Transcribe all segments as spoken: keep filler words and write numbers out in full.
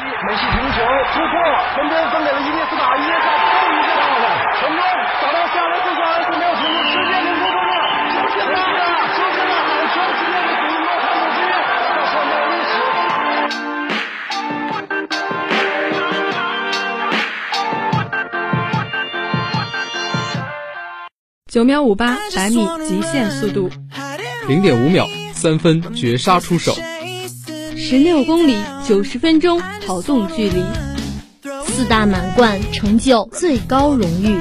梅西停球突破，传中分给了伊涅斯塔，伊涅斯塔终于接到了，传中找到夏洛特，夏洛特没有停住，直接能够中了，出现了，出现了好长时间的比诺坎努之约，要创造历史。 九秒五八百米极限速度， 零点五秒三分绝杀出手， 十六公里九十分钟跑动距离， 四大满贯成就最高荣誉，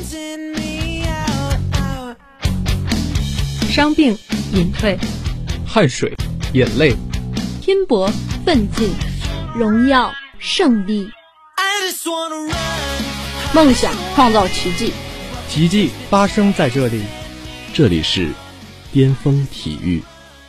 伤病隐退， 汗水眼泪， 拼搏奋进， 荣耀胜利， 梦想创造奇迹， 奇迹发生在这里。 这里是巅峰体育。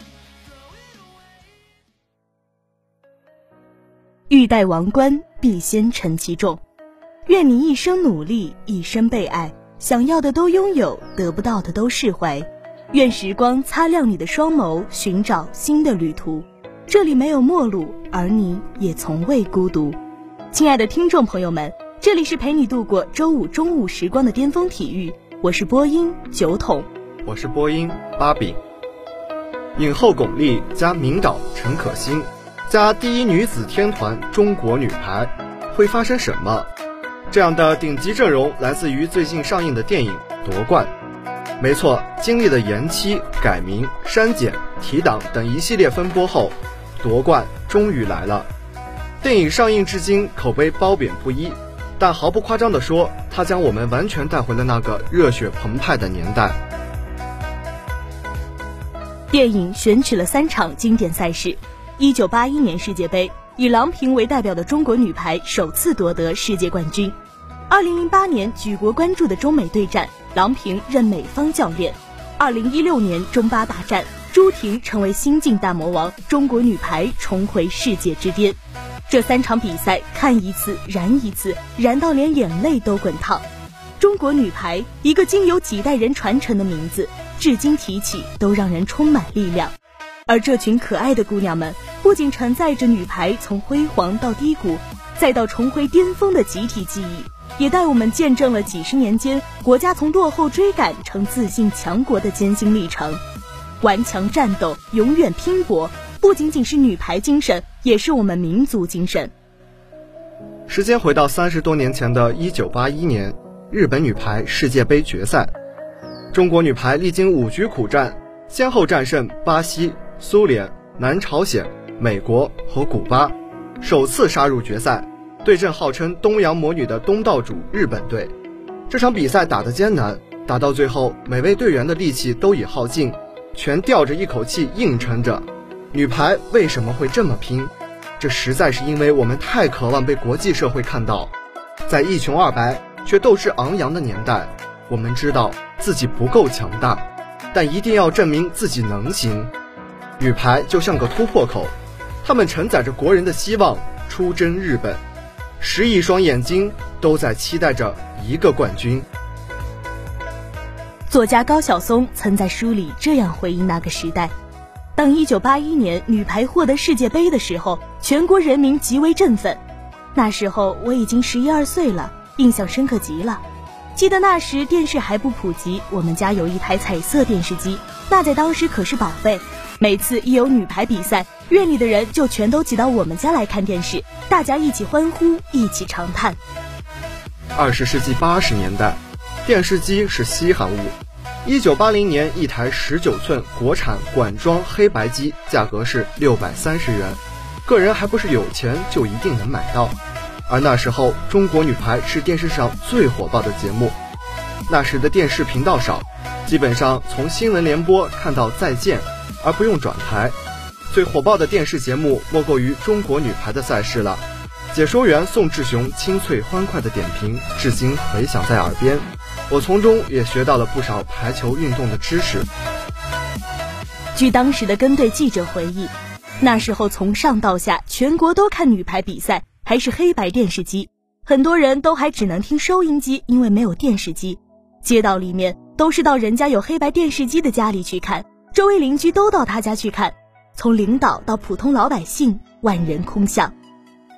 欲戴王冠，必先承其重。愿你一生努力，一生被爱，想要的都拥有，得不到的都释怀。愿时光擦亮你的双眸，寻找新的旅途。这里没有陌路，而你也从未孤独。亲爱的听众朋友们，这里是陪你度过周五中午时光的巅峰体育，我是播音九筒， 我是播音八饼。影后巩俐加名导陈可辛加第一女子天团中国女排，会发生什么？这样的顶级阵容来自于最近上映的电影《夺冠》。没错，经历了延期、改名、删减、提档等一系列风波后，夺冠终于来了。电影上映至今口碑褒贬不一，但毫不夸张地说，它将我们完全带回了那个热血澎湃的年代。 电影选取了三场经典赛事。一九八一年世界杯，以郎平为代表的中国女排首次夺得世界冠军。二零零八年举国关注的中美对战，郎平任美方教练。二零一六年中巴大战，朱婷成为新晋大魔王，中国女排重回世界之巅。这三场比赛看一次燃一次，燃到连眼泪都滚烫。中国女排，一个经由几代人传承的名字，至今提起都让人充满力量。而这群可爱的姑娘们，不仅承载着女排从辉煌到低谷，再到重回巅峰的集体记忆，也带我们见证了几十年间国家从落后追赶成自信强国的艰辛历程。顽强战斗，永远拼搏，不仅仅是女排精神，也是我们民族精神。 时间回到三十多年前的一九八一年，日本女排世界杯决赛，中国女排历经五局苦战，先后战胜巴西、苏联、南朝鲜、美国和古巴，首次杀入决赛，对阵号称东洋魔女的东道主日本队。这场比赛打得艰难，打到最后每位队员的力气都已耗尽，全吊着一口气硬撑着。女排为什么会这么拼？这实在是因为我们太渴望被国际社会看到。在一穷二白却斗志昂扬的年代，我们知道自己不够强大，但一定要证明自己能行。女排就像个突破口，她们承载着国人的希望，出征日本。十亿双眼睛都在期待着一个冠军。 作家高晓松曾在书里这样回忆那个时代：当一九八一年女排获得世界杯的时候，全国人民极为振奋。那时候我已经十一二岁了，印象深刻极了。记得那时电视还不普及，我们家有一台彩色电视机，那在当时可是宝贝。每次一有女排比赛，院里的人就全都挤到我们家来看电视，大家一起欢呼，一起长叹。 二十世纪八十年代，电视机是稀罕物。一九八零年，一台十九寸国产管装黑白机价格是六百三十元，个人还不是有钱就一定能买到。而那时候，中国女排是电视上最火爆的节目。那时的电视频道少，基本上从新闻联播看到再见，而不用转台。最火爆的电视节目莫过于中国女排的赛事了。解说员宋志雄清脆欢快的点评，至今回响在耳边。我从中也学到了不少排球运动的知识。 据当时的跟队记者回忆，那时候从上到下全国都看女排比赛，还是黑白电视机，很多人都还只能听收音机，因为没有电视机。街道里面都是到人家有黑白电视机的家里去看，周围邻居都到他家去看，从领导到普通老百姓，万人空巷。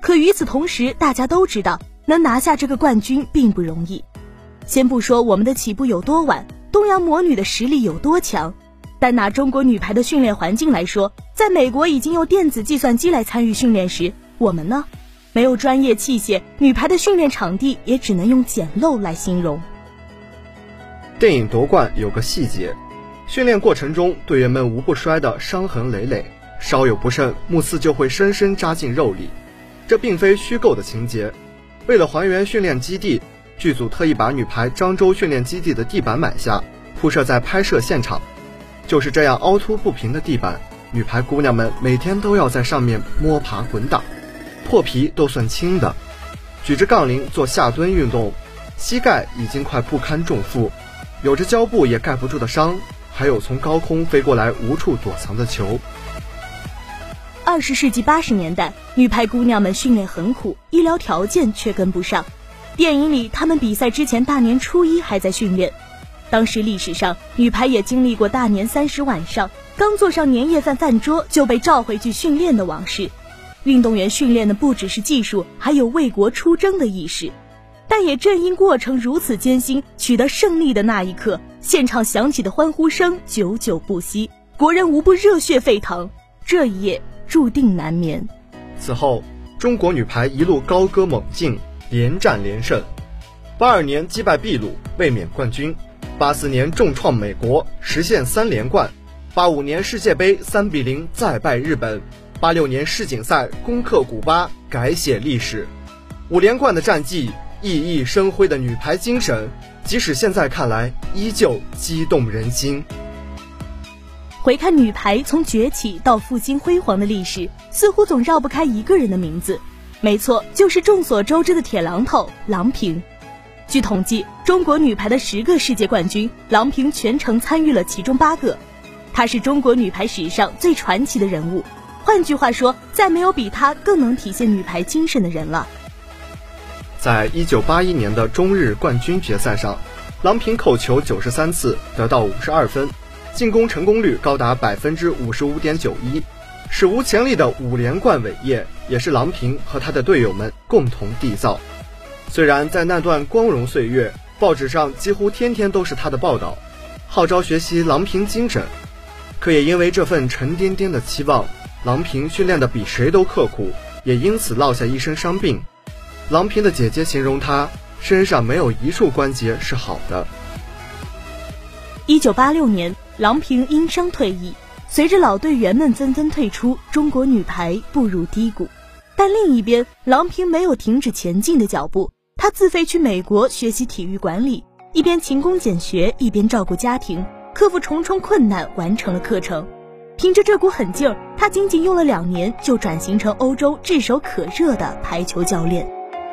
可与此同时，大家都知道能拿下这个冠军并不容易。先不说我们的起步有多晚，东洋魔女的实力有多强，单拿中国女排的训练环境来说，在美国已经用电子计算机来参与训练时，我们呢，没有专业器械，女排的训练场地也只能用简陋来形容。 电影夺冠有个细节，训练过程中队员们无不摔得伤痕累累，稍有不慎，目刺就会深深扎进肉里。这并非虚构的情节，为了还原训练基地，剧组特意把女排漳州训练基地的地板买下，铺设在拍摄现场。就是这样凹凸不平的地板，女排姑娘们每天都要在上面摸爬滚打，破皮都算轻的。举着杠铃做下蹲运动，膝盖已经快不堪重负，有着胶布也盖不住的伤，还有从高空飞过来无处躲藏的球。 二十世纪八十年代，女排姑娘们训练很苦，医疗条件却跟不上。电影里，她们比赛之前大年初一还在训练。当时历史上，女排也经历过大年三十晚上刚坐上年夜饭饭桌就被召回去训练的往事。运动员训练的不只是技术，还有为国出征的意识。但也正因过程如此艰辛，取得胜利的那一刻，现场响起的欢呼声久久不息，国人无不热血沸腾。这一夜注定难眠。 此后，中国女排一路高歌猛进，连战连胜。八二年击败秘鲁，卫冕冠军；八四年重创美国，实现三连冠；八五年世界杯三比零再败日本；八六年世锦赛攻克古巴，改写历史。五连冠的战绩，熠熠生辉的女排精神，即使现在看来依旧激动人心。 回看女排从崛起到复兴辉煌的历史，似乎总绕不开一个人的名字，没错，就是众所周知的铁榔头郎平。据统计，中国女排的十个世界冠军，郎平全程参与了其中八个。她是中国女排史上最传奇的人物，换句话说，再没有比她更能体现女排精神的人了。 在一九八一年的中日冠军决赛上，郎平扣球九十三次，得到五十二分，进攻成功率高达 百分之五十五点九一， 史无前例的五连冠伟业也是郎平和他的队友们共同缔造。虽然在那段光荣岁月，报纸上几乎天天都是他的报道，号召学习郎平精神，可也因为这份沉甸甸的期望，郎平训练的比谁都刻苦，也因此落下一身伤病。郎平的姐姐形容她身上没有一处关节是好的。 一九八六年，郎平因伤退役，随着老队员们纷纷退出，中国女排步入低谷。但另一边，郎平没有停止前进的脚步，她自费去美国学习体育管理，一边勤工俭学，一边照顾家庭，克服重重困难，完成了课程。凭着这股狠劲儿，她仅仅用了两年就转型成欧洲炙手可热的排球教练。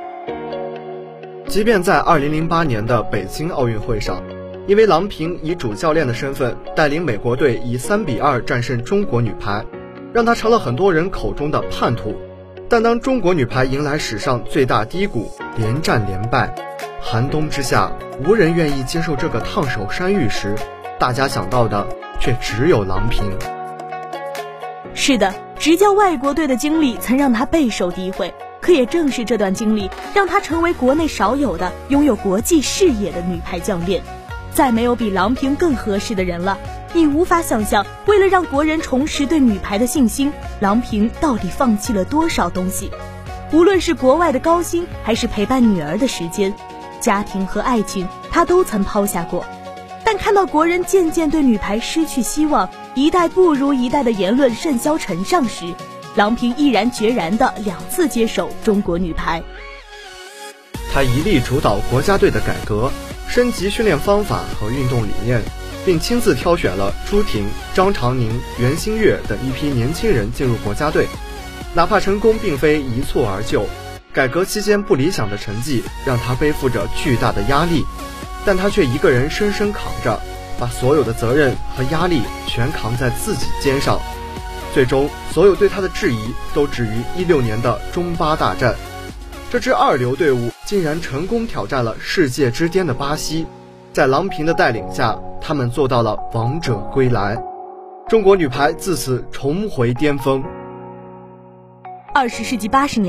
即便在二零零八年的北京奥运会上，因为郎平以主教练的身份带领美国队以三比二战胜中国女排，让她成了很多人口中的叛徒。但当中国女排迎来史上最大低谷，连战连败，寒冬之下无人愿意接受这个烫手山芋时，大家想到的却只有郎平。 是的，执教外国队的经历曾让她备受诋毁，可也正是这段经历让她成为国内少有的拥有国际视野的女排教练。再没有比郎平更合适的人了。你无法想象，为了让国人重拾对女排的信心，郎平到底放弃了多少东西。无论是国外的高薪，还是陪伴女儿的时间，家庭和爱情她都曾抛下过。但看到国人渐渐对女排失去希望，一代不如一代的言论甚嚣尘上时，郎平毅然决然地两次接手中国女排。 她一力主导国家队的改革，升级训练方法和运动理念，并亲自挑选了朱婷、张常宁、袁心玥等一批年轻人进入国家队。哪怕成功并非一蹴而就，改革期间不理想的成绩让她背负着巨大的压力，但她却一个人深深扛着，把所有的责任和压力全扛在自己肩上。最终，所有对她的质疑都止于一六年的中巴大战。这支二流队伍竟然成功挑战了世界之巅的巴西，在郎平的带领下，他们做到了王者归来。中国女排自此重回巅峰。 二十世纪八十年代，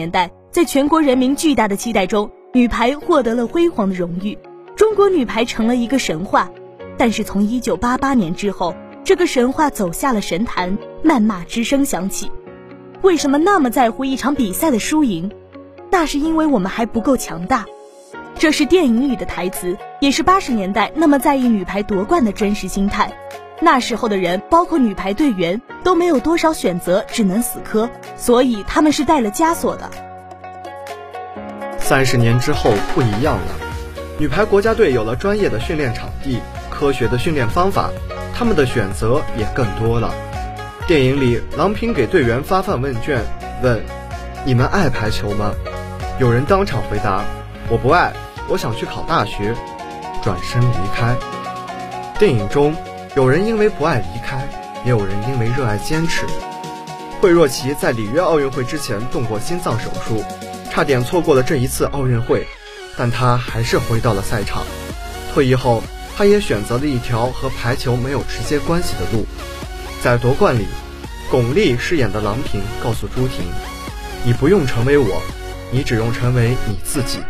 在全国人民巨大的期待中，女排获得了辉煌的荣誉，中国女排成了一个神话。但是从一九八八年之后，这个神话走下了神坛，谩骂之声响起。为什么那么在乎一场比赛的输赢？那是因为我们还不够强大。这是电影里的台词，也是八十年代那么在意女排夺冠的真实心态。那时候的人，包括女排队员，都没有多少选择，只能死磕，所以他们是带了枷锁的。 三十年之后不一样了，女排国家队有了专业的训练场地，科学的训练方法，他们的选择也更多了。电影里，郎平给队员发放问卷，问：你们爱排球吗？有人当场回答：我不爱，我想去考大学，转身离开。电影中，有人因为不爱离开，也有人因为热爱坚持。惠若琪在里约奥运会之前动过心脏手术，差点错过了这一次奥运会，但她还是回到了赛场。退役后，她也选择了一条和排球没有直接关系的路。在夺冠里，巩俐饰演的郎平告诉朱婷：你不用成为我，你只用成为你自己。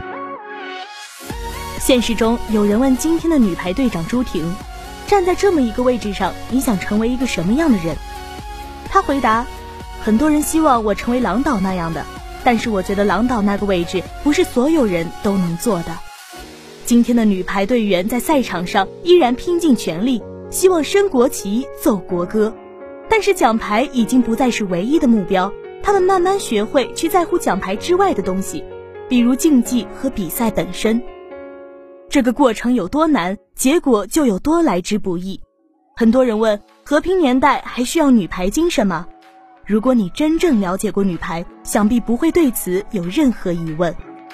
现实中，有人问今天的女排队长朱婷，站在这么一个位置上，你想成为一个什么样的人？她回答：很多人希望我成为郎导那样的，但是我觉得郎导那个位置不是所有人都能做的。今天的女排队员在赛场上依然拼尽全力，希望升国旗、奏国歌，但是奖牌已经不再是唯一的目标，他们慢慢学会去在乎奖牌之外的东西，比如竞技和比赛本身。这个过程有多难，结果就有多来之不易。很多人问，和平年代还需要女排精神吗？如果你真正了解过女排，想必不会对此有任何疑问。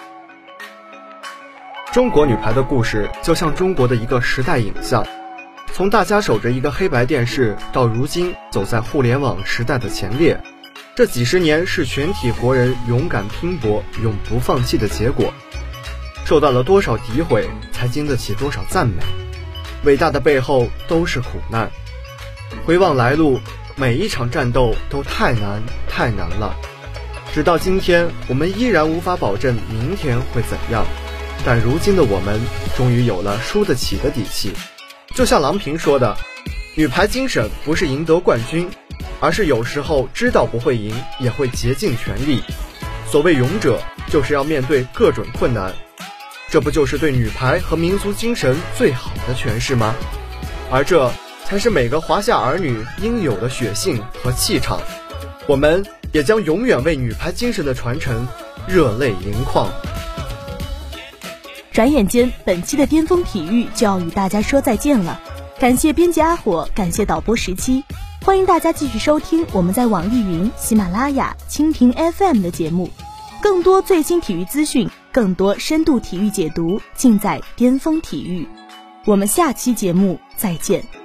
中国女排的故事就像中国的一个时代影像，从大家守着一个黑白电视，到如今走在互联网时代的前列，这几十年是全体国人勇敢拼搏、永不放弃的结果。受到了多少诋毁，才经得起多少赞美？伟大的背后都是苦难。回望来路，每一场战斗都太难太难了。直到今天，我们依然无法保证明天会怎样，但如今的我们终于有了输得起的底气。就像郎平说的，女排精神不是赢得冠军，而是有时候知道不会赢，也会竭尽全力。所谓勇者，就是要面对各种困难。这不就是对女排和民族精神最好的诠释吗？而这才是每个华夏儿女应有的血性和气场。我们也将永远为女排精神的传承热泪盈眶。 转眼间，本期的巅峰体育就要与大家说再见了。感谢编辑阿火，感谢导播十七，欢迎大家继续收听我们在网易云、喜马拉雅、蜻蜓 F M 的节目。更多最新体育资讯，更多深度体育解读，尽在巅峰体育。我们下期节目再见。